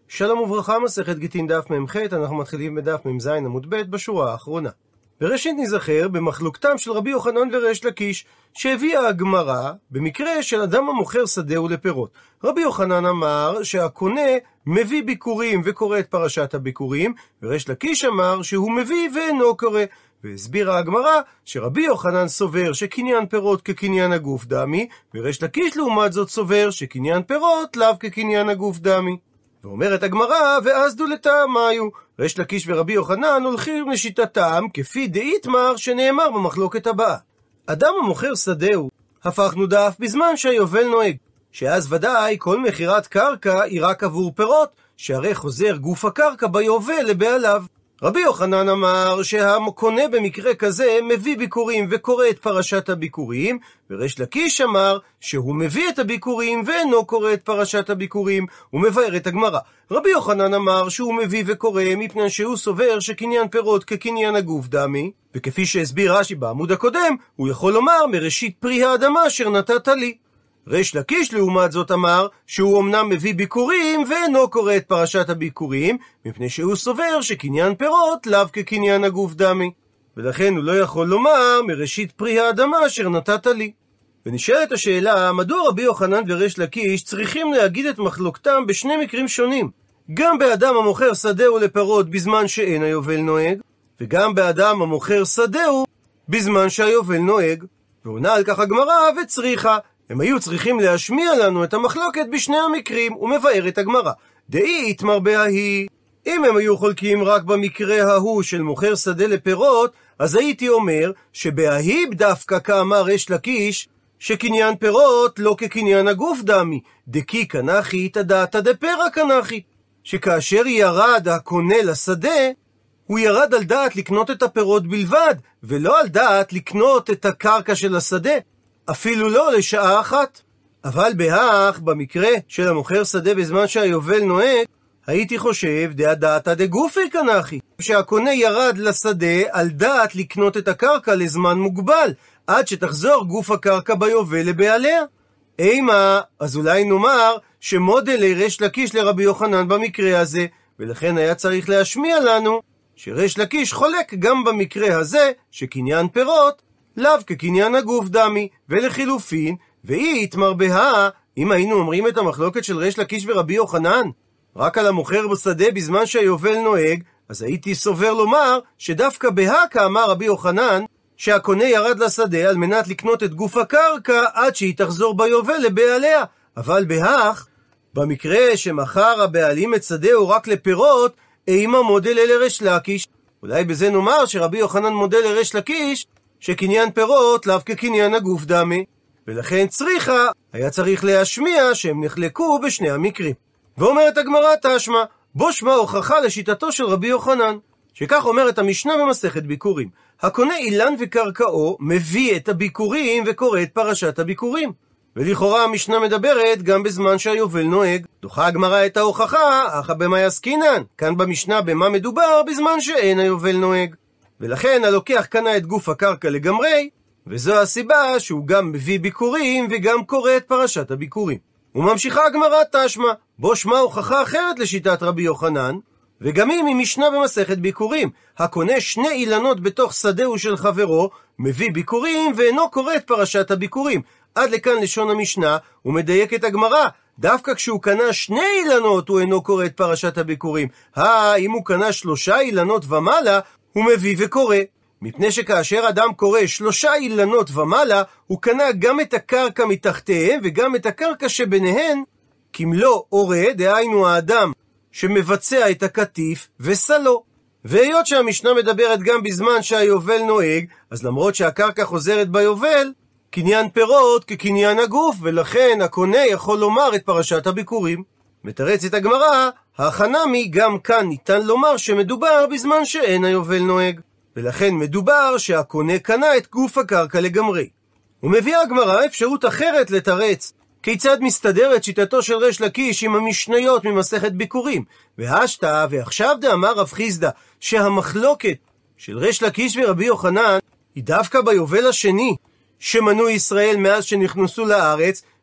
שלום וברכה, מסכת גיטין דף מ"ח, אנחנו מתחילים בדף מ"ז עמוד ב' בשורה האחרונה. וראשית נזכר במחלוקתם של רבי יוחנן וריש לקיש, שהביאה הגמרא במקרה של אדם המוכר שדהו לפירות. רבי יוחנן אמר שהקונה מביא ביקורים וקורא את פרשת הביקורים, וריש לקיש אמר שהוא מביא ואינו קורא. והסבירה הגמרא שרבי יוחנן סובר שקניין פירות כקניין הגוף דמי, וריש לקיש לעומת זאת סובר שקניין פירות לאו כקניין הגוף דמי. ואומרת הגמרא, ואז דולתם היו. ריש לקיש ורבי יוחנן הולכים לשיטתם כפי דאיתמר שנאמר במחלוקת הבאה. אדם המוכר שדהו, הפכנו דף בזמן שהיובל נוהג, שאז ודאי כל מחירת קרקע היא רק עבור פירות, שהרי חוזר גוף הקרקע ביובל לבעליו. רבי יוחנן אמר שהקונה במקרה כזה מביא ביקורים וקורא את פרשת הביקורים, וריש לקיש אמר שהוא מביא את הביקורים ואינו קורא את פרשת הביקורים. הוא מבאר את הגמרא. רבי יוחנן אמר שהוא מביא וקורא מפני שהוא סובר שקניין פירות כקניין הגוף דמי, וכפי שהסביר רש"י בעמוד הקודם, הוא יכול לומר מראשית פרי האדמה אשר נתת לי. ריש לקיש לעומת זאת אמר שהוא אמנם מביא ביקורים ואינו קורא את פרשת הביקורים, מפני שהוא סובר שקניין פירות לאו כקניין הגוף דמי, ולכן הוא לא יכול לומר מראשית פרי האדמה אשר נתת לי. ונשאלת השאלה, מדוע רבי יוחנן וריש לקיש צריכים להגיד את מחלוקתם בשני מקרים שונים, גם באדם המוכר שדהו לפירות בזמן שאין היובל נוהג, וגם באדם המוכר שדהו בזמן שהיובל נוהג? ועונה על כך הגמרא, וצריכה, הם היו צריכים להשמיע לנו את המחלוקת בשני המקרים. ומבאר את הגמרא, דאי איתמר בהיא, אם הם היו חולקים רק במקרה ההוא של מוכר שדה לפירות, אז הייתי אומר שבהיא דווקא כאמר ריש לקיש שקניין פירות לא כקניין הגוף דמי, דקי כנחי תדעתא דפרא כנחי, שכאשר ירד הקונה לשדה, הוא ירד על דעת לקנות את הפירות בלבד, ולא על דעת לקנות את הקרקע של השדה, אפילו לא לשעה אחת. אבל בהך, במקרה של המוכר שדה בזמן שהיובל נוהג, הייתי חושב דעתא דגופי כנחי, שהקונה ירד לשדה על דעת לקנות את הקרקע לזמן מוגבל, עד שתחזור גוף הקרקע ביובל לבעליה. אימה, אז אולי נאמר שמודל ריש לקיש לרבי יוחנן במקרה הזה, ולכן היה צריך להשמיע לנו שריש לקיש חולק גם במקרה הזה שקניין פירות לאו כקניין הגוף דמי, ולחילופין, ואי איתמר בהא, אם היינו אומרים את המחלוקת של ריש לקיש ורבי יוחנן רק על המוכר בשדה בזמן שהיובל נוהג, אז הייתי סובר לומר שדווקא בהא כאמר רבי יוחנן שהקונה ירד לשדה על מנת לקנות את גוף הקרקע עד שהיא תחזור ביובל לבעליה. אבל בהך, במקרה שמכר הבעלים את שדהו רק לפירות, אימה מודל לריש לקיש. אולי בזה נאמר שרבי יוחנן מודל לריש לקיש שקניין פירות לאו כקניין הגוף דמי, ולכן צריכה, היה צריך להשמיע שהם נחלקו בשני המקרים. ואומרת הגמרא תשמע, בו שמע הוכחה לשיטתו של רבי יוחנן, שכך אומרת המשנה במסכת ביקורים, הקונה אילן וקרקעו מביא את הביקורים וקורא את פרשת הביקורים. ולכאורה המשנה מדברת גם בזמן שהיובל נוהג. דוחה הגמרא את ההוכחה, אחא במה עסקינן, כאן במשנה במה מדובר בזמן שאין היובל נוהג. ולכן הלוקח קנה את גוף הקרקע לגמרי, וזו הסיבה שהוא גם מביא ביקורים וגם קורא את פרשת הביקורים. וממשיכה הגמרא תשמע, בו שמע הוכחה אחרת לשיטת רבי יוחנן, וגם היא ממשנה במסכת ביקורים, הקונה שני אילנות בתוך שדהו של חברו, מביא ביקורים ואינו קורא את פרשת הביקורים. עד לכאן לשון המשנה, ומדייק את הגמרא, דווקא כשהוא קנה שני אילנות הוא אינו קורא את פרשת הביקורים. אם הוא קנה 3 אילנות ומעלה, הוא מביא וקורא, מפני שכאשר אדם קורא 3 אילנות ומעלה, הוא קנה גם את הקרקע מתחתיהם וגם את הקרקע שביניהן, כמלוא אורה, דהיינו האדם שמבצע את הקטיף וסלו. והיות שהמשנה מדברת גם בזמן שהיובל נוהג, אז למרות שהקרקע חוזרת ביובל, קניין פירות כקניין הגוף, ולכן הקונה יכול לומר את פרשת הביקורים. מתרצת הגמרא, החנמי גם כאן ניתן לומר שמדובר בזמן שאין היובל נוהג, ולכן מדובר שהקונה קנה את גוף הקרקע לגמרי. ומביאה הגמרא אפשרות אחרת לתרץ כיצד מסתדרת שיטתו של ריש לקיש עם המשניות ממסכת ביקורים. והשתא, ועכשיו דאמר רב חיסדא שהמחלוקת של ריש לקיש ורבי יוחנן היא דווקא ביובל השני שמנו ישראל מאז שנכנסו לארץ,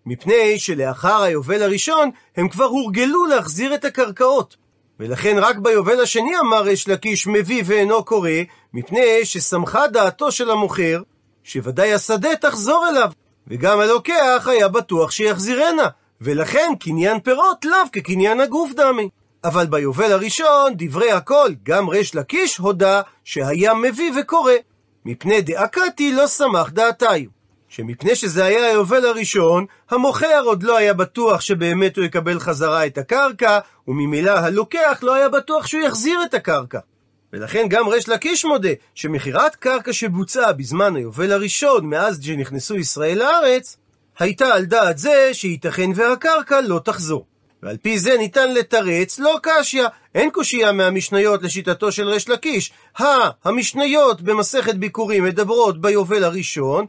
מפני שלאחר היובל הראשון הם כבר הורגלו להחזיר את הקרקעות. ולכן רק ביובל השני אמר ריש לקיש מביא ואינו קורא, מפני ששמחה דעתו של המוכר, שוודאי השדה תחזור אליו, וגם הלוקח היה בטוח שיחזירנה, ולכן קניין פירות לאו כקניין הגוף דמי. אבל ביובל הראשון, דברי הכל, גם ריש לקיש הודה שהיה מביא וקורא, מפני דאקתי לא שמח דעתיו. שמפני שזה היה היובל הראשון, המוכר עוד לא היה בטוח שבאמת הוא יקבל חזרה את הקרקע, וממילא הלוקח לא היה בטוח שהוא יחזיר את הקרקע. ולכן גם ריש לקיש מודה שמכירת קרקע שבוצעה בזמן היובל הראשון מאז שנכנסו ישראל לארץ, הייתה על דעת זה שייתכן והקרקע לא תחזור. ועל פי זה ניתן לתרץ לא קשיא, אין קושיה מהמשניות לשיטתו של ריש לקיש. המשניות במסכת ביקורים מדברות ביובל הראשון,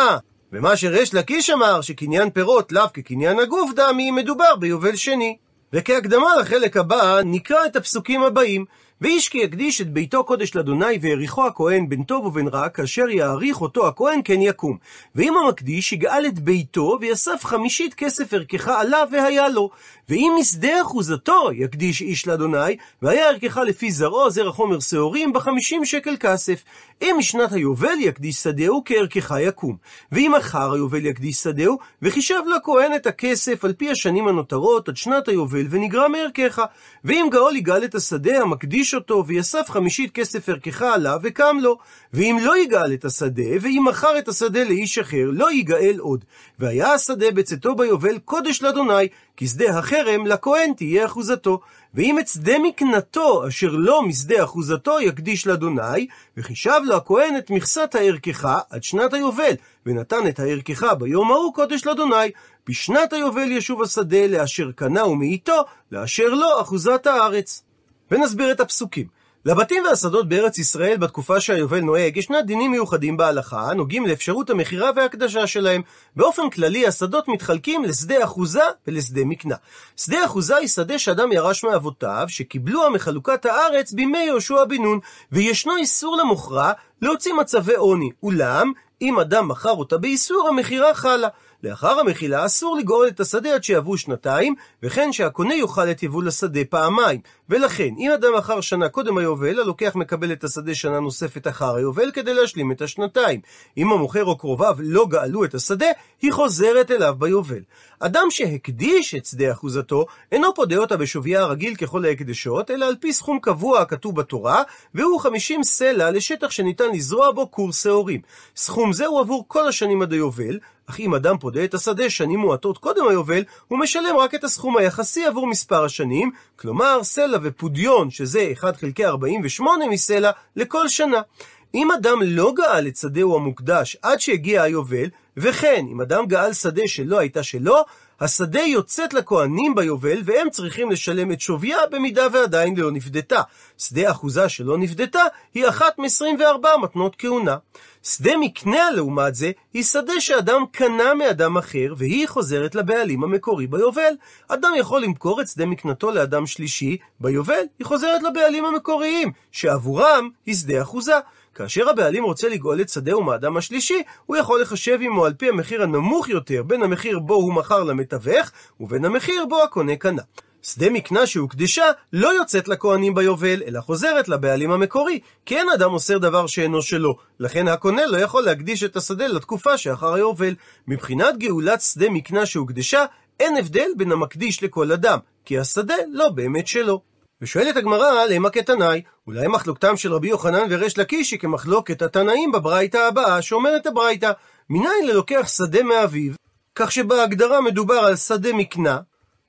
ומה שריש לקיש אמר שקניין פירות לאו כקניין הגוף דמי מדובר ביובל שני. וכהקדמה לחלק הבא נקרא את הפסוקים הבאים: ואיש כי יקדיש את ביתו קודש לאדוני ויריחו הכהן בין טוב ובין רע, כאשר יעריך אותו הכהן כן יקום. ואם המקדיש יגאל את ביתו ויאסף 5 כסף ערכך עליו והיה לו. ואם משדה אחוזתו יקדיש איש לאדוני והיה ערכך לפי זרעו זרע חומר שעורים ב50 שקל כסף. אם משנת היובל יקדיש שדהו כערכך יקום. ואם אחר היובל יקדיש שדהו וחישב לכהן את הכסף על פי השנים הנותרות עד שנת היובל ונגרע מערכך. ואם גאול יגאל את השדה המקדיש אותו ויאסף 5 כסף ערכך עליו וקם לו. ואם לא יגאל את השדה ואם מכר את השדה לאיש אחר לא יגאל עוד. והיה השדה בצאתו ביובל קודש לאדוני, כי שדה החרם לכהן תהיה אחוזתו. ואם את שדה מקנתו אשר לא משדה אחוזתו יקדיש לאדוני, וחישב לו הכהן את מכסת הערכך עד שנת היובל, ונתן את הערכך ביום ההוא קודש לאדוני, בשנת היובל ישוב השדה לאשר קנה ומאיתו, לאשר לו אחוזת הארץ. ונסביר את הפסוקים. לבתים והשדות בארץ ישראל בתקופה שהיובל נוהג ישנה דינים מיוחדים בהלכה הנוגעים לאפשרות המחירה והקדשה שלהם. באופן כללי השדות מתחלקים לשדה אחוזה ולשדה מקנה. שדה אחוזה היא שדה שאדם ירש מאבותיו שקיבלוה מחלוקת הארץ בימי יהושע בן נון, וישנו איסור למוכרה להוציא מצבי עוני, אולם אם אדם מכר אותה באיסור המחירה חלה. לאחר המחילה אסור לגאול את השדה עד שיעברו 2, וכן שהקונה יוכל את יבול השדה פעמיים. ולכן אם אדם מכר שנה קודם היובל, הלוקח מקבל את השדה שנה נוספת אחר היובל כדי להשלים את 2. אם המוכר או קרוביו לא גאלו את השדה, היא חוזרת אליו ביובל. אדם שהקדיש את שדה אחוזתו אינו פודה אותה בשוויה הרגיל ככל ההקדשות, אלא על פי סכום קבוע הכתוב בתורה, והוא 50 סלע לשטח שניתן לזרוע בו כור שעורים. סכום זה הוא עבור כל השנים עד היובל, אך אם אדם פודה את השדה שנים מועטות קודם היובל, הוא משלם רק את הסכום היחסי עבור מספר השנים, כלומר סלע ופודיון, שזה 1/48 מסלע לכל שנה. אם אדם לא גאל את שדהו המוקדש עד שהגיע היובל, וכן אם אדם גאל שדה שלא הייתה שלו, השדה יוצאת לכהנים ביובל והם צריכים לשלם את שוויה במידה ועדיין לא נפדתה. שדה אחוזה שלא נפדתה היא 1 מ-24 מתנות כהונה. שדה מקנה לעומת זה היא שדה שאדם קנה מאדם אחר והיא חוזרת לבעלים המקורי ביובל. אדם יכול למכור את שדה מקנתו לאדם שלישי, ביובל היא חוזרת לבעלים המקוריים שעבורם היא שדה אחוזה. כאשר הבעלים רוצה לגאול את שדהו מהאדם השלישי, הוא יכול לחשב עמו על פי המחיר הנמוך יותר בין המחיר בו הוא מכר למתווך ובין המחיר בו הקונה קנה. שדה מקנה שהוקדשה לא יוצאת לכהנים ביובל, אלא חוזרת לבעלים המקורי, כי אין אדם מוסר דבר שאינו שלו, לכן הקונה לא יכול להקדיש את השדה לתקופה שאחר היובל. מבחינת גאולת שדה מקנה שהוקדשה, אין הבדל בין המקדיש לכל אדם, כי השדה לא באמת שלו. ושואלת הגמרא, למה כתנאי? אולי מחלוקתם של רבי יוחנן וריש לקיש היא כמחלוקת התנאים בברייתא הבאה, שאומרת הברייתא, מניין ללוקח שדה מאביו, כך שבהגדרה מדובר על שדה מקנה,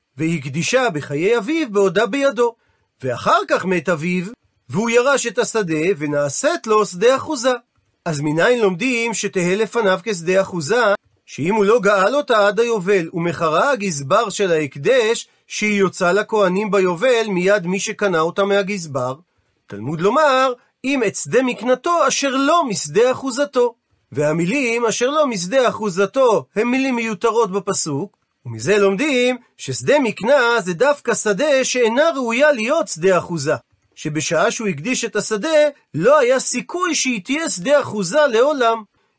והקדישה בחיי אביו בעודה בידו, ואחר כך מת אביו, והוא ירש את השדה ונעשית לו שדה אחוזה. אז מניין לומדים שתהא לפניו כשדה אחוזה, שאם הוא לא גאל אותה עד היובל ומחרה הגזבר של ההקדש, שהיא יוצא לכהנים ביובל מיד מי שקנה אותה מהגזבר. תלמוד לומר, אם את שדה מקנתו אשר לא משדה אחוזתו. והמילים אשר לא משדה אחוזתו הם מילים מיותרות בפסוק, ומזה לומדים ששדה מקנה זה דווקא שדה שאינה ראויה להיות שדה אחוזה, שבשעה שהוא הקדיש את השדה לא היה סיכוי שהיא תהיה שדה אחוזה לעולם.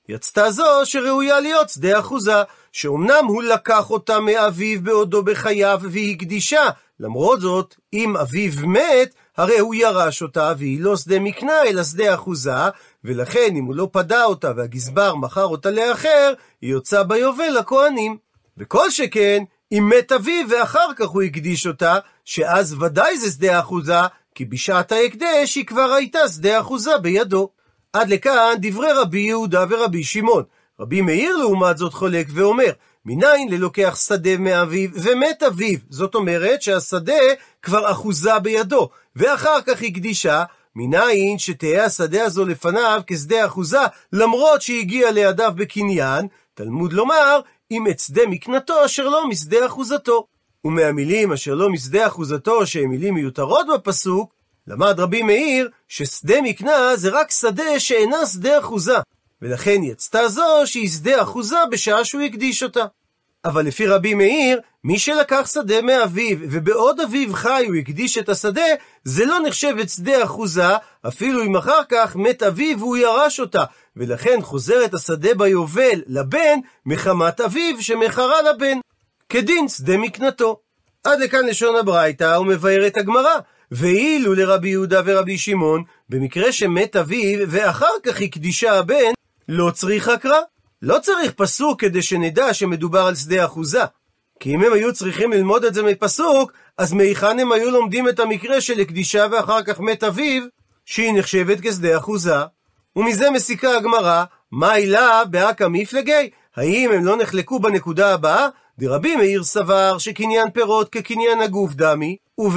יצתה זו שראויה להיות שדה אחוזה, שאומנם הוא לקח אותה מאביו בעודו בחייו והקדישה, למרות זאת, אם אביו מת, הרי הוא ירש אותה והיא לא שדה מקנה אלא שדה אחוזה, ולכן אם הוא לא פדה אותה והגזבר מכר אותה לאחר, היא יוצאה ביובל לכהנים. וכל שכן, אם מת אביו ואחר כך הוא הקדיש אותה, שאז ודאי זה שדה אחוזה, כי בשעת ההקדש היא כבר הייתה שדה אחוזה בידו. עד לכאן דברי רבי יהודה ורבי שמעון. רבי מאיר לעומת זאת חולק ואומר, מניין ללוקח שדה מאביו ומת אביו, זאת אומרת שהשדה כבר אחוזה בידו, ואחר כך הקדישה, מניין שתהיה השדה הזו לפניו כשדה אחוזה, למרות שהגיע לידיו בקניין, תלמוד לומר, אם את שדה מקנתו אשר לא משדה אחוזתו. ומהמילים אשר לא משדה אחוזתו, שהן מילים מיותרות בפסוק, למד רבי מאיר ששדה מקנה זה רק שדה שאינה שדה אחוזה, ולכן יצתה זו שהיא שדה אחוזה בשעה שהוא הקדיש אותה. אבל לפי רבי מאיר, מי שלקח שדה מאביו ובעוד אביו חי הוא הקדיש את השדה, זה לא נחשבת שדה אחוזה, אפילו אם אחר כך מת אביו והוא ירש אותה, ולכן חוזר את השדה ביובל לבן מחמת אביו שמכרה לבן, כדין שדה מקנתו. עד לכאן לשון הברייתא ומבארת הגמרא. ואילו לרבי יהודה ורבי שמעון, במקרה שמת אביו ואחר כך הקדישה הבן, לא צריך הקרא. לא צריך פסוק כדי שנדע שמדובר על שדה אחוזה. כי אם הם היו צריכים ללמוד את זה מפסוק, אז מהיכן הם היו לומדים את המקרה של הקדישה ואחר כך מת אביו, שהיא נחשבת כשדה אחוזה? ומזה מסיקה הגמרא, מה אילה באקא מפלגי? האם הם לא נחלקו בנקודה הבאה? דרבי מאיר סבר שקניין פירות כקניין הגוף דמי,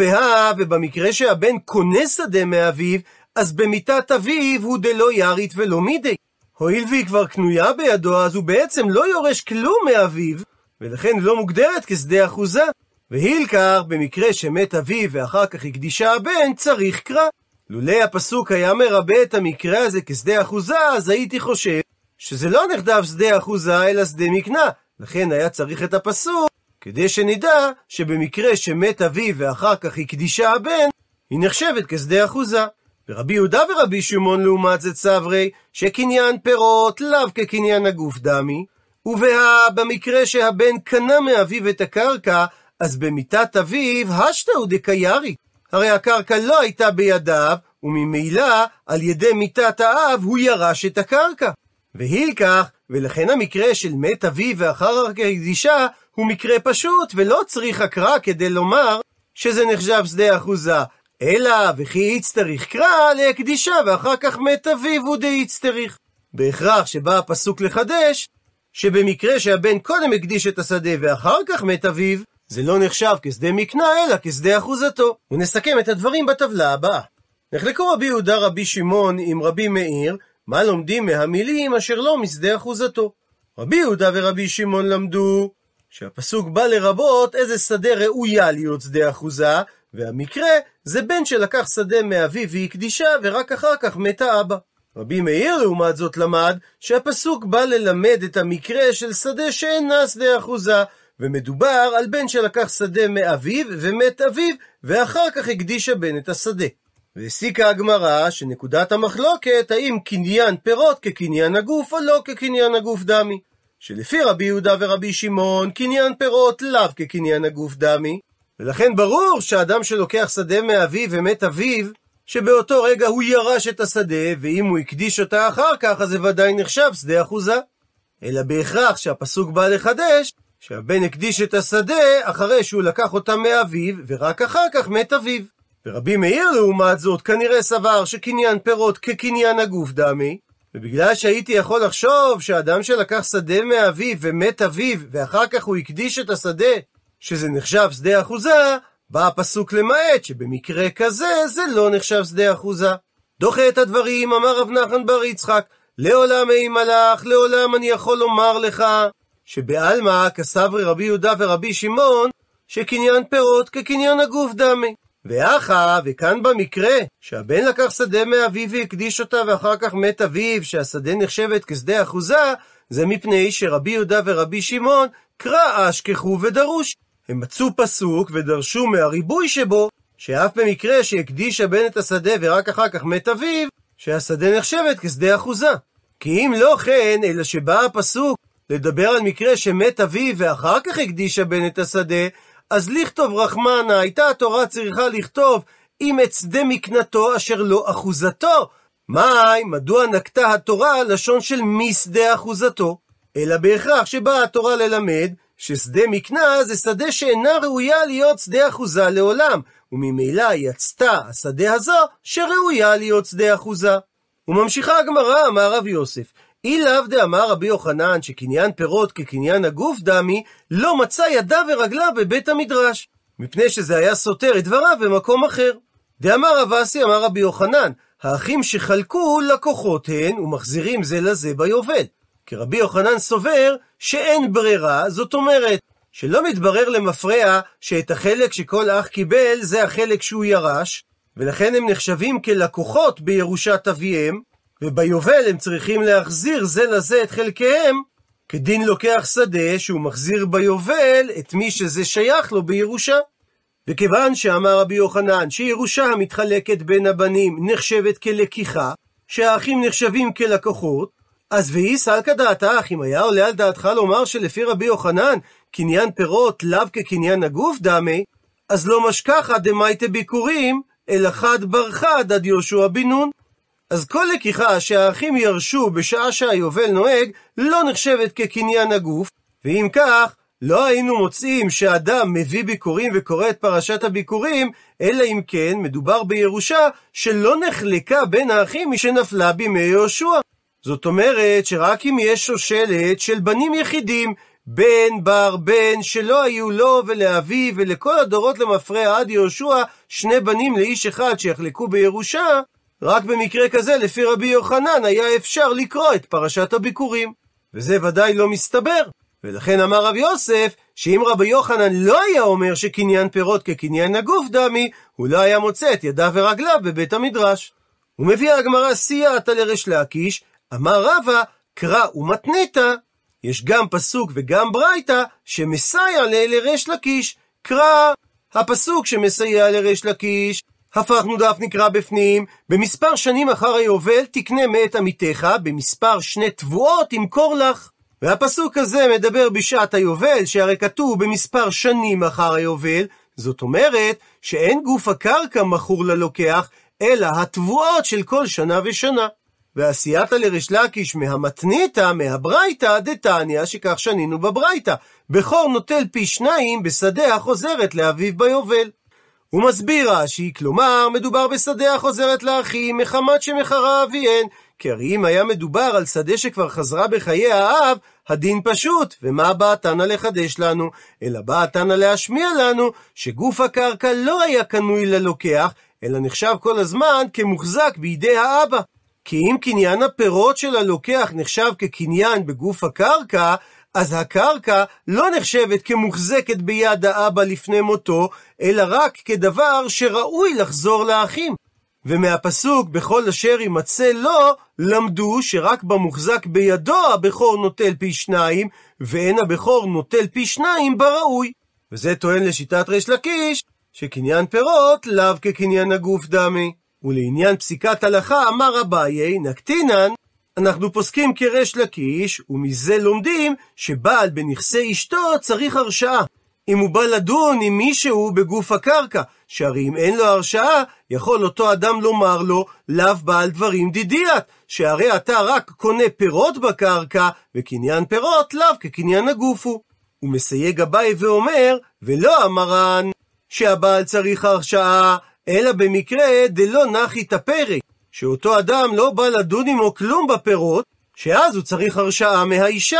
ובמקרה שהבן קונה שדה מאביו, אז במיתת אביו הוא דלא ירית ולא מידי. הואיל והיא כבר קנויה בידו, אז הוא בעצם לא יורש כלום מאביו, ולכן לא מוגדרת כשדה אחוזה. והילקר, במקרה שמת אביו ואחר כך הקדישה הבן, צריך קרא. לולא הפסוק היה מרבה את המקרה הזה כשדה אחוזה, אז הייתי חושב שזה לא נכתב שדה אחוזה אלא שדה מקנה. לכן היה צריך את הפסוק, כדי שנדע שבמקרה שמת אביו ואחר כך הקדישה הבן, היא נחשבת כשדה אחוזה. ורבי יהודה ורבי שמעון לעומת זה סברי, שקניין פירות לאו כקניין הגוף דמי, במקרה שהבן קנה מאביו את הקרקע, אז במיתת אביו השתאו דקיירי. הרי הקרקע לא הייתה בידיו, וממילא על ידי מיתת האב הוא ירש את הקרקע. והילקח, ולכן המקרה של מת אביו ואחר כך הקדישה הוא מקרה פשוט, ולא צריך הקרא כדי לומר שזה נחשב שדה אחוזה, אלא וכי יצטריך קרא להקדישה ואחר כך מת אביו הוא די יצטריך. בהכרח שבא הפסוק לחדש שבמקרה שהבן קודם הקדיש את השדה ואחר כך מת אביו, זה לא נחשב כשדה מקנה אלא כשדה אחוזתו. ונסכם את הדברים בטבלה הבאה. נחלקו רבי יהודה רבי שמעון עם רבי מאיר, מה לומדים מהמילים אשר לא משדה אחוזתו. רבי יהודה ורבי שמעון למדו שהפסוק בא לרבות איזה שדה ראויה להיות שדה אחוזה, והמקרה זה בן שלקח שדה מאביו והקדישה ורק אחר כך מת האבא. רבי מאיר לעומת זאת למד שהפסוק בא ללמד את המקרה של שדה שאינה שדה אחוזה, ומדובר על בן שלקח שדה מאביו ומת אביו ואחר כך הקדיש הבן את השדה. והסיקה הגמרא שנקודת המחלוקת האם קניין פירות כקניין הגוף או לא כקניין הגוף דמי, שלפי רבי יהודה ורבי שמעון קניין פירות לאו כקניין הגוף דמי, ולכן ברור שהאדם שלוקח שדה מאביו ומת אביו, שבאותו רגע הוא ירש את השדה, ואם הוא הקדיש אותה אחר כך אז זה ודאי נחשב שדה אחוזה. אלא בהכרח שהפסוק בא לחדש שהבן הקדיש את השדה אחרי שהוא לקח אותה מאביו ורק אחר כך מת אביו. ורבי מאיר לעומת זאת כנראה סבר שקניין פירות כקניין הגוף דמי, ובגלל שהייתי יכול לחשוב שהאדם שלקח שדה מאביו ומת אביו ואחר כך הוא הקדיש את השדה שזה נחשב שדה אחוזה, בא הפסוק למעט שבמקרה כזה זה לא נחשב שדה אחוזה. דוחה את הדברים אמר רב נחמן בר יצחק, לעולם אי מלאך, לעולם אני יכול לומר לך שבעלמא כסברי רבי יהודה ורבי שמעון שקניין פירות כקניין הגוף דמי. וכאן במקרה שהבן לקח שדה מאביו והקדיש אותה ואחר כך מת אביו שהשדה נחשבת כשדה אחוזה, זה מפני שרבי יהודה ורבי שמעון קרא אשכחו ודרוש. הם מצאו פסוק ודרשו מהריבוי שבו שאף במקרה שהקדיש הבן את השדה ורק אחר כך מת אביו שהשדה נחשבת כשדה אחוזה. כי אם לא כן, אלא שבא הפסוק לדבר על מקרה שמת אביו ואחר כך הקדיש הבן את השדה, אז לכתוב רחמנה, הייתה התורה צריכה לכתוב אם את שדה מקנתו אשר לא אחוזתו. מדוע נקטה התורה לשון של משדה אחוזתו? אלא בהכרח שבאה התורה ללמד ששדה מקנה זה שדה שאינה ראויה להיות שדה אחוזה לעולם, וממילא יצתה השדה הזו שראויה להיות שדה אחוזה. וממשיכה הגמרא, אמר רב יוסף, אילאו דאמר רבי יוחנן שקניין פירות כקניין הגוף דמי, לא מצא ידיו ורגליו בבית המדרש, מפני שזה היה סותר את דבריו במקום אחר. דאמר רב אסי אמר רבי יוחנן, האחים שחלקו לקוחות הן ומחזירים זה לזה ביובל. כי רבי יוחנן סובר שאין ברירה, זאת אומרת שלא מתברר למפרע שאת החלק שכל אח קיבל זה החלק שהוא ירש, ולכן הם נחשבים כלקוחות בירושת אביהם, וביובל הם צריכים להחזיר זה לזה את חלקיהם, כדין לוקח שדה שהוא מחזיר ביובל את מי שזה שייך לו בירושה. וכיוון שאמר רבי יוחנן שירושה המתחלקת בין הבנים נחשבת כלקיחה, שהאחים נחשבים כלקוחות, אז ואי סלקא דעתך, אם היה עולה על דעתך לומר שלפי רבי יוחנן קניין פירות לאו כקניין הגוף דמי, אז לא משכחא דמייטה ביקורים אלא חד בר חד עד יהושע בן נון. אז כל לקיחה שהאחים ירשו בשעה שהיובל נוהג לא נחשבת כקניין הגוף, ואם כך לא היינו מוצאים שאדם מביא ביקורים וקורא את פרשת הביקורים, אלא אם כן מדובר בירושה שלא נחלקה בין האחים משנפלה בימי יהושע. זאת אומרת שרק אם יש שושלת של בנים יחידים, בן בר בן שלא היו לו ולאביו ולכל הדורות למפרע עד יהושע, שני בנים לאיש אחד שיחלקו בירושה, רק במקרה כזה לפי רבי יוחנן היה אפשר לקרוא את פרשת הביקורים, וזה ודאי לא מסתבר. ולכן אמר רב יוסף שאם רבי יוחנן לא היה אומר שקניין פירות כקניין הגוף דמי, הוא לא היה מוצא את ידיו ורגליו בבית המדרש. ומביאה הגמרא סייעתא לריש לקיש, אמר רבא קרא ומתניתא, יש גם פסוק וגם ברייתא שמסייע לריש לקיש. קרא, הפסוק שמסייע לריש לקיש, הפכנו דף נקרא בפנים, במספר שנים אחר היובל תקנה מאת עמיתך, במספר שני תבואות תמכור לך. והפסוק הזה מדבר בשעת היובל, שהרי כתוב במספר שנים אחר היובל, זאת אומרת שאין גוף הקרקע מכור ללוקח, אלא התבואות של כל שנה ושנה. ועשייתא לריש לקיש מהמתניתא מהברייתא דתניא, שכך שנינו בברייתא, בכור נוטל פי שניים בשדה החוזרת לאביו ביובל. הוא מסביר רש"י, כלומר מדובר בשדה החוזרת לאחים מחמת שמכרה אביהן, כי הרי אם היה מדובר על שדה שכבר חזרה בחיי האב, הדין פשוט, ומה באה תנא לחדש לנו? אלא באה תנא להשמיע לנו שגוף הקרקע לא היה קנוי ללוקח, אלא נחשב כל הזמן כמוחזק בידי האבא. כי אם קניין הפירות של הלוקח נחשב כקניין בגוף הקרקע, אז הקרקע לא נחשבת כמוחזקת ביד האבא לפני מותו, אלא רק כדבר שראוי לחזור לאחים. ומהפסוק בכל אשר יימצא לו, למדו שרק במוחזק בידו הבכור נוטל פי שניים, ואין הבכור נוטל פי שניים בראוי. וזה טוען לשיטת ריש לקיש, שקניין פירות לאו כקניין הגוף דמי. ולעניין פסיקת הלכה אמר אביי נקטינן, אנחנו פוסקים כריש לקיש, ומזה לומדים שבעל בנכסי אשתו צריך הרשאה. אם הוא בא לדון עם מישהו בגוף הקרקע, שהרי אם אין לו הרשאה, יכול אותו אדם לומר לו, לאו בעל דברים דידיית, שהרי אתה רק קונה פירות בקרקע, וקניין פירות לאו כקניין הגוף הוא. הוא מסייג אביי ואומר, ולא אמרן שהבעל צריך הרשאה, אלא במקרה דלא נחי תפרי, שאותו אדם לא בא לדון עמו כלום בפירות, שאז הוא צריך הרשאה מהאישה.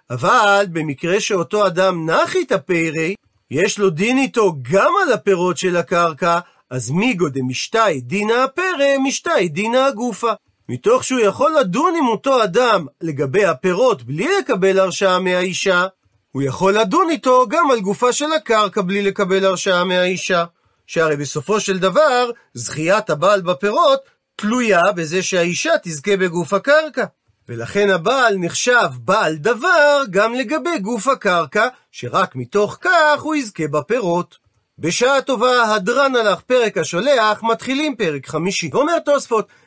אבל במקרה שאותו אדם נחי תפרי, יש לו דין איתו גם על הפירות של הקרקע, אז מיגו דמשתאי דינא הפרא משתאי דינא הגופה. מתוך שהוא יכול לדון עם אותו אדם לגבי הפירות בלי לקבל הרשאה מהאישה, הוא יכול לדון איתו גם על גופה של הקרקע בלי לקבל הרשאה מהאישה. שהרי בסופו של דבר, זכיית הבעל בפירות תלויה בזה שהאישה תזכה בגוף הקרקע. ולכן הבעל נחשב בעל דבר גם לגבי גוף הקרקע, שרק מתוך כך הוא יזכה בפירות. בשעה טובה הדרן הלך פרק השולח, מתחילים פרק חמישי. ואומר תוספות,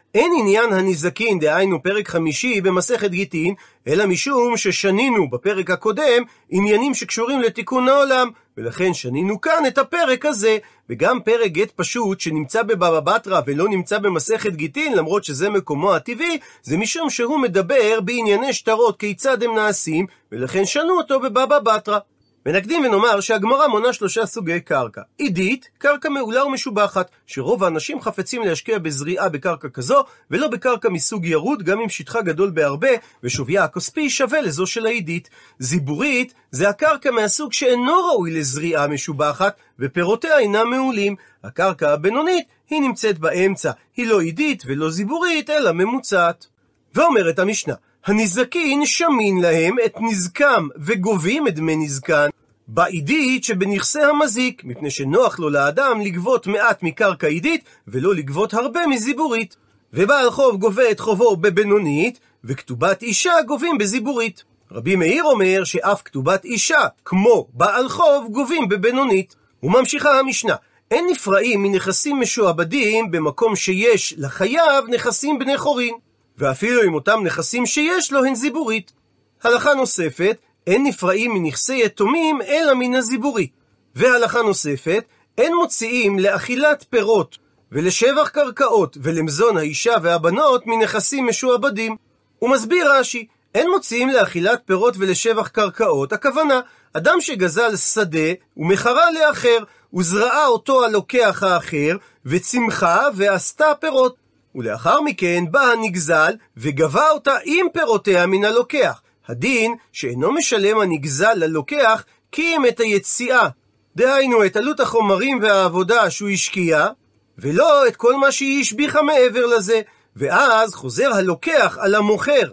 אין עניין הנזקין, דהיינו פרק 5 במסכת גיטין, אלא משום ששנינו בפרק הקודם עניינים שקשורים לתיקון העולם, ולכן שנינו כאן את הפרק הזה. וגם פרק גט פשוט שנמצא בבבא בתרא ולא נמצא במסכת גיטין, למרות שזה מקומו הטבעי, זה משום שהוא מדבר בענייני שטרות כיצד הם נעשים, ולכן שנו אותו בבבא בתרא. ונקדים ונאמר שהגמרא מונה 3 סוגי קרקע. עידית, קרקע מעולה ומשובחת, שרוב האנשים חפצים להשקיע בזריעה בקרקע כזו, ולא בקרקע מסוג ירוד, גם אם שטחה גדול בהרבה, ושוויה הכספי שווה לזו של העידית. זיבורית, זה הקרקע מהסוג שאינו ראוי לזריעה משובחת, ופירותיה אינם מעולים. הקרקע הבינונית, היא נמצאת באמצע, היא לא עידית ולא זיבורית, אלא ממוצעת. ואומרת המשנה, הנזקין שמין להם את נזקם וגובים את דמי נזקן בעידית שבנכסי המזיק, מפני שנוח לו לאדם לגבות מעט מקרקע עידית ולא לגבות הרבה מזיבורית. ובעל חוב גובה את חובו בבינונית, וכתובת אישה גובים בזיבורית. רבי מאיר אומר שאף כתובת אישה כמו בעל חוב גובים בבינונית. וממשיכה המשנה, אין נפרעים מנכסים משועבדים במקום שיש לחייב נכסים בני חורין, ואפילו אם אותם נכסים שיש לו הן זיבורית. הלכה נוספת, אין נפרעים מנכסי יתומים אלא מן הזיבורית. והלכה נוספת, אין מוציאים לאכילת פירות ולשבח קרקעות ולמזון האישה והבנות מנכסים משועבדים. הוא מסביר רש"י, אין מוציאים לאכילת פירות ולשבח קרקעות, הכוונה, אדם שגזל שדה ומכרה לאחר, וזרעה אותו הלוקח האחר, וצמחה ועשתה פירות. ולאחר מכן בא הנגזל וגבה אותה עם פירותיה מן הלוקח. הדין שאינו משלם הנגזל ללוקח כי אם את היציאה, דהיינו את עלות החומרים והעבודה שהוא השקיע, ולא את כל מה שהיא השביחה מעבר לזה, ואז חוזר הלוקח על המוכר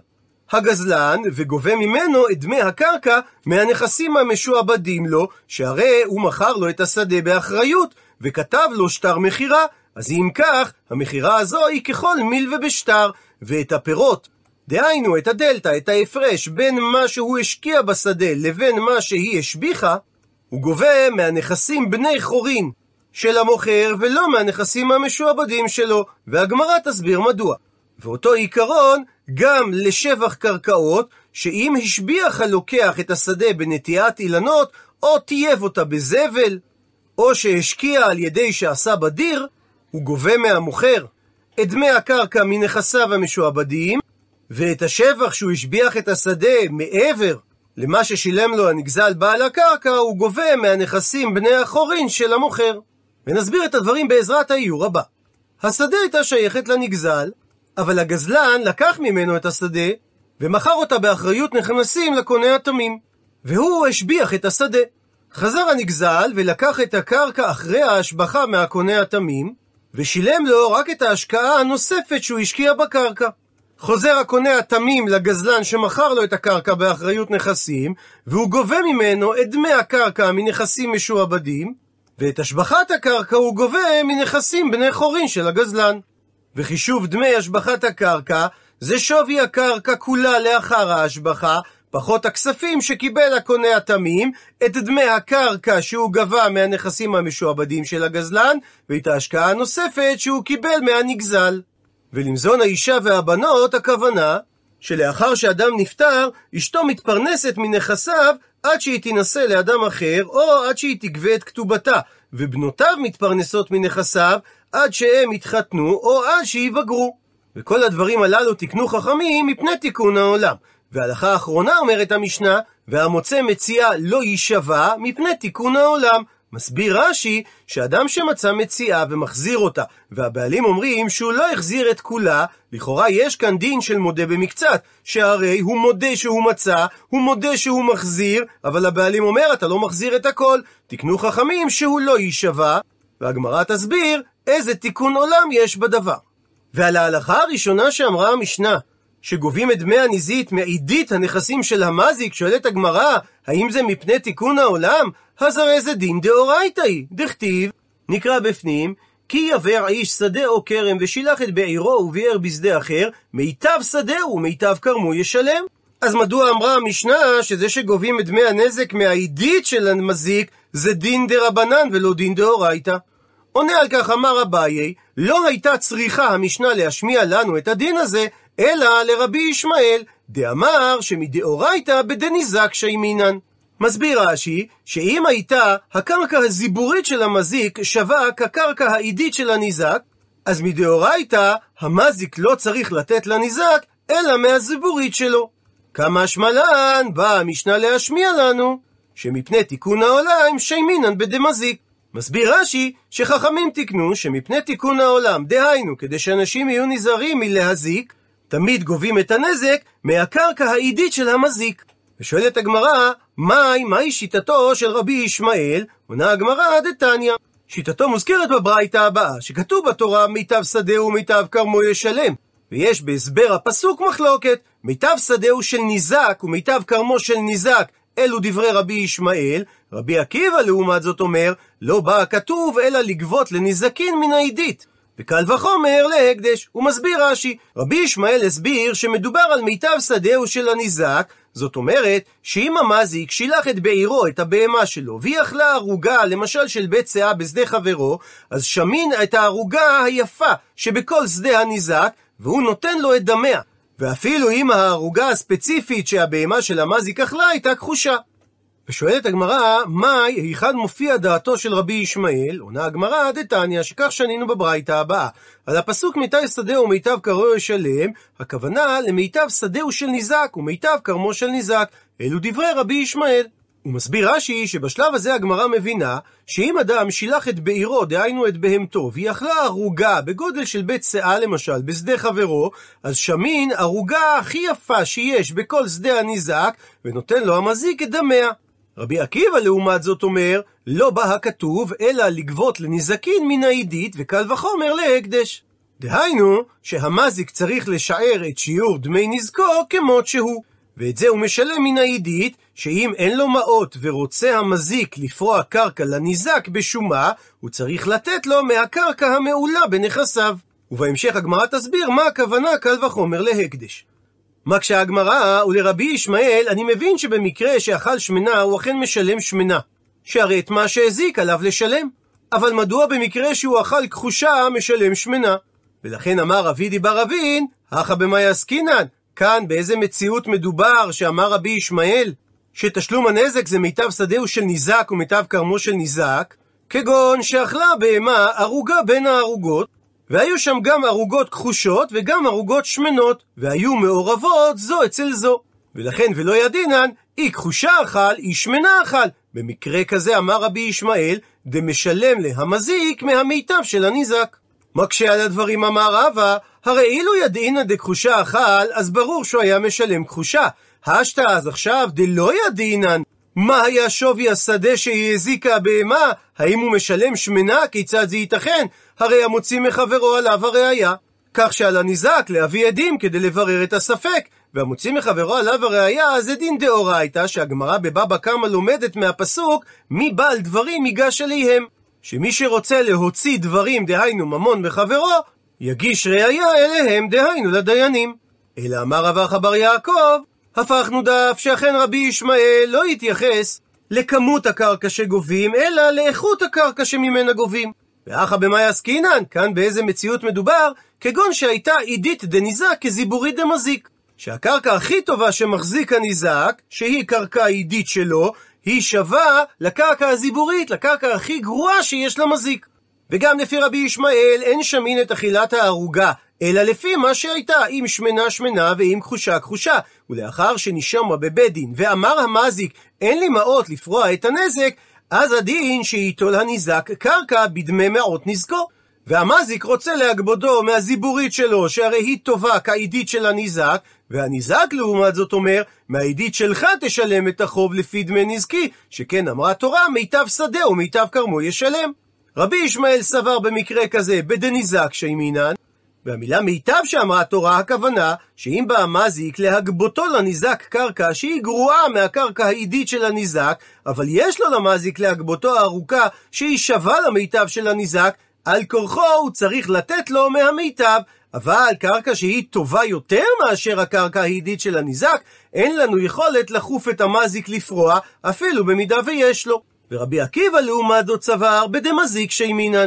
הגזלן וגובה ממנו את דמי הקרקע מהנכסים המשועבדים לו, שהרי הוא מכר לו את השדה באחריות וכתב לו שטר מחירה. אז אם כך, המחירה הזו היא ככל מיל ובשטר, ואת הפירות, דהיינו את הדלתא, את ההפרש בין מה שהוא השקיע בשדה לבין מה שהיא השביחה, הוא גובה מהנכסים בני חורין של המוכר ולא מהנכסים המשועבדים שלו, והגמרא תסביר מדוע. ואותו עיקרון גם לשבח קרקעות, שאם השביח הלוקח את השדה בנטיעת אילנות, או טייב אותה בזבל, או שהשקיע על ידי שעשה בדיר, הוא גובה מהמוכר את דמי הקרקע מנכסיו המשועבדים, ואת השבח שהוא השביח את השדה מעבר למה ששילם לו הנגזל בעל הקרקע, הוא גובה מהנכסים בני החורין של המוכר. ונסביר את הדברים בעזרת האיור הבא. השדה הייתה שייכת לנגזל, אבל הגזלן לקח ממנו את השדה ומכר אותה באחריות נכנסים לקונה התמים, והוא השביח את השדה. חזר הנגזל ולקח את הקרקע אחרי ההשבחה מהקונה התמים, ושילם לו רק את ההשקעה הנוספת שהוא השקיע בקרקע. חוזר הקונה התמים לגזלן שמכר לו את הקרקע באחריות נכסים, והוא גובה ממנו את דמי הקרקע מנכסים משועבדים, ואת השבחת הקרקע הוא גובה מנכסים בני חורין של הגזלן. וחישוב דמי השבחת הקרקע זה שווי הקרקע כולה לאחר ההשבחה, פחות הכספים שקיבל הקונה התמים, את דמי הקרקע שהוא גבה מהנכסים המשועבדים של הגזלן, ואת ההשקעה הנוספת שהוא קיבל מהנגזל. ולמזון האישה והבנות הכוונה שלאחר שאדם נפטר, אשתו מתפרנסת מנכסיו עד שהיא תינשא לאדם אחר, או עד שהיא תגבה את כתובתה, ובנותיו מתפרנסות מנכסיו עד שהם יתחתנו או עד שיבגרו. וכל הדברים הללו תיקנו חכמים מפני תיקון העולם. וההלכה האחרונה אומרת המשנה, והמוצא מציאה לא יישבע מפני תיקון העולם. מסביר רש"י שאדם שמצא מציאה ומחזיר אותה, והבעלים אומרים שהוא לא החזיר את כולה, לכאורה יש כאן דין של מודה במקצת, שהרי הוא מודה שהוא מצא, הוא מודה שהוא מחזיר, אבל הבעלים אומר אתה לא מחזיר את הכל. תיקנו חכמים שהוא לא יישבע, והגמרא תסביר איזה תיקון עולם יש בדבר. ועל ההלכה הראשונה שאמרה המשנה, שגובים את דמי הנזית מעידית הנכסים של המזיק, שואלת הגמרא, האם זה מפני תיקון העולם? אז הרי זה דין דאורייתא היא, דכתיב, נקרא בפנים, כי יבער איש שדה או כרם ושילח את בעירו וביער בשדה אחר, מיטב שדהו ומיטב כרמו ישלם. אז מדוע אמרה המשנה שזה שגובים את דמי הנזק מהעידית של המזיק זה דין דרבנן ולא דין דאורייתא? עונה על כך אמר אביי, לא הייתה צריכה המשנה להשמיע לנו את הדין הזה, אלא לרבי ישמעאל, דאמר שמדאורייתא בדניזק שיימינן. מסביר רש"י, שאם הייתה הקרקע הזיבורית של המזיק שווה כקרקע העידית של הניזק, אז מדאורייתא המזיק לא צריך לתת לניזק, אלא מהזיבורית שלו. כמה שמלן באה המשנה להשמיע לנו, שמפני תיקון העולם שיימינן בדמזיק. מסביר רש"י שחכמים תיקנו שמפני תיקון העולם, דהיינו כדי שאנשים יהיו נזהרים מלהזיק, תמיד גובים את הנזק מהקרקע העידית של המזיק. ושואלת הגמרא, מהי שיטתו של רבי ישמעאל? עונה הגמרא דתניא. שיטתו מוזכרת בברייתא הבאה, שכתוב בתורה מיטב שדהו ומיטב כרמו ישלם. ויש בהסבר הפסוק מחלוקת, מיטב שדהו של ניזק ומיטב כרמו של ניזק, אלו דברי רבי ישמעאל. רבי עקיבא לעומת זאת אומר, לא בא הכתוב אלא לגבות לניזקין מן העידית, וקל וחומר להקדש. הוא מסביר רש"י, רבי ישמעאל הסביר שמדובר על מיטב שדהו של הניזק, זאת אומרת שאם המזיק שילח את בעירו, את הבהמה שלו, והיא אכלה ערוגה למשל של בית שאה בשדה חברו, אז שמין את הערוגה היפה שבכל שדה הניזק, והוא נותן לו את דמיה, ואפילו אם הערוגה הספציפית שהבהמה של המזיק אכלה הייתה כחושה. ושואלת הגמרא, היכן מופיע דעתו של רבי ישמעאל? עונה הגמרא דתניא, שכך שנינו בברייתא הבאה. על הפסוק מיטב שדהו ומיטב כרמו ישלם, הכוונה למיטב שדהו של ניזק ומיטב כרמו של ניזק, אלו דברי רבי ישמעאל. הוא מסביר רש"י שבשלב הזה הגמרא מבינה שאם אדם שילח את בעירו, דהיינו את בהמתו, והיא אכלה ערוגה בגודל של בית שאה למשל בשדה חברו, אז שמין ערוגה הכי יפה שיש בכל שדה הניזק, ונותן לו המזיק את דמיה. רבי עקיבא לעומת זאת אומר, לא בא הכתוב אלא לגבות לניזקין מן העידית, וקל וחומר להקדש. דהיינו שהמזיק צריך לשער את שיעור דמי נזקו כמות שהוא, ואת זה הוא משלם מן העידית, שאם אין לו מעות ורוצה המזיק לפרוע קרקע לניזק בשומה, הוא צריך לתת לו מהקרקע המעולה בנכסיו. ובהמשך הגמרא תסביר מה הכוונה קל וחומר להקדש. מקשה הגמרא, ולרבי ישמעאל אני מבין שבמקרה שאכל שמנה הוא אכן משלם שמנה, שהרי את מה שהזיק עליו לשלם. אבל מדוע במקרה שהוא אכל כחושה משלם שמנה? ולכן אמר רבי דיבר רבין, הכא במאי עסקינן, כאן באיזה מציאות מדובר שאמר רבי ישמעאל שתשלום הנזק זה מיטב שדהו של ניזק ומיטב כרמו של ניזק, כגון שאכלה בהמה ערוגה בין הערוגות, והיו שם גם ערוגות כחושות וגם ערוגות שמנות, והיו מעורבות זו אצל זו, ולכן ולא ידינן, אי כחושה אכל, אי שמנה אכל. במקרה כזה אמר רבי ישמעאל, דמשלם להמזיק מהמיטב של הניזק. מקשה על הדברים אמר רבא, הרי אילו ידעינן דכחושה אכל, אז ברור שהוא היה משלם כחושה. השתא אז עכשיו דלא ידעינן, מה היה שווי השדה שהיא הזיקה הבהמה? האם הוא משלם שמנה? כיצד זה ייתכן? הרי המוציא מחברו עליו הראיה. כך שעל הניזק להביא עדים כדי לברר את הספק, והמוציא מחברו עליו הראיה זה דין דאורייתא, שהגמרא בבבא קמא לומדת מהפסוק מי בעל דברים ייגש אליהם, שמי שרוצה להוציא דברים דהיינו ממון בחברו יגיש ראיה אליהם דהיינו לדיינים. אלא אמר רב אחא בר יעקב, הפכנו דף שאכן רבי ישמעאל לא התייחס לכמות הקרקע שגובים, אלא לאיכות הקרקע שממנה גובים. ואחא במאי עסקינן, כאן באיזה מציאות מדובר, כגון שהייתה עידית דניזק כזיבורית דמזיק, שהקרקע הכי טובה שמחזיק הניזק, שהיא קרקע עידית שלו, היא שווה לקרקע הזיבורית, לקרקע הכי גרועה שיש למזיק. וגם לפי רבי ישמעאל אין שמין את אכילת הערוגה, אלא לפי מה שהייתה, אם שמנה שמנה ואם כחושה כחושה. ולאחר שנשמע בבית דין ואמר המזיק אין לי מעות לפרוע את הנזק, אז הדין שייטול הניזק קרקע בדמי מעות נזקו, והמזיק רוצה להגבודו מהזיבורית שלו שהרי היא טובה כעידית של הניזק, והניזק לעומת זאת אומר מהעידית שלך תשלם את החוב לפי דמי נזקי, שכן אמרה תורה מיטב שדה ומיטב כרמו ישלם. רבי ישמעאל סבר במקרה כזה בדניזק שיימינן, והמילה מיטב שאמרה תורה הכוונה שאם בא המזיק להגבותו לניזק קרקע שהיא גרועה מהקרקע העידית של הניזק, אבל יש לו למזיק להגבותו הארוכה שהיא שווה למיטב של הניזק, על כורחו הוא צריך לתת לו מהמיטב. אבל קרקע שהיא טובה יותר מאשר הקרקע העידית של הניזק, אין לנו יכולת לחוף את המזיק לפרוע אפילו במידה ויש לו. ורבי עקיבא לעומת זאת סבר בדמזיק שיימינן.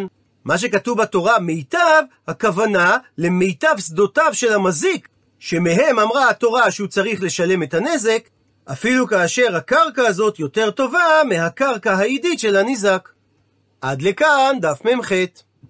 מה שכתוב בתורה מיטב, הכוונה למיטב שדותיו של המזיק, שמהם אמרה התורה שהוא צריך לשלם את הנזק, אפילו כאשר הקרקע הזאת יותר טובה מהקרקע העידית של הניזק. עד לכאן דף מ"ח.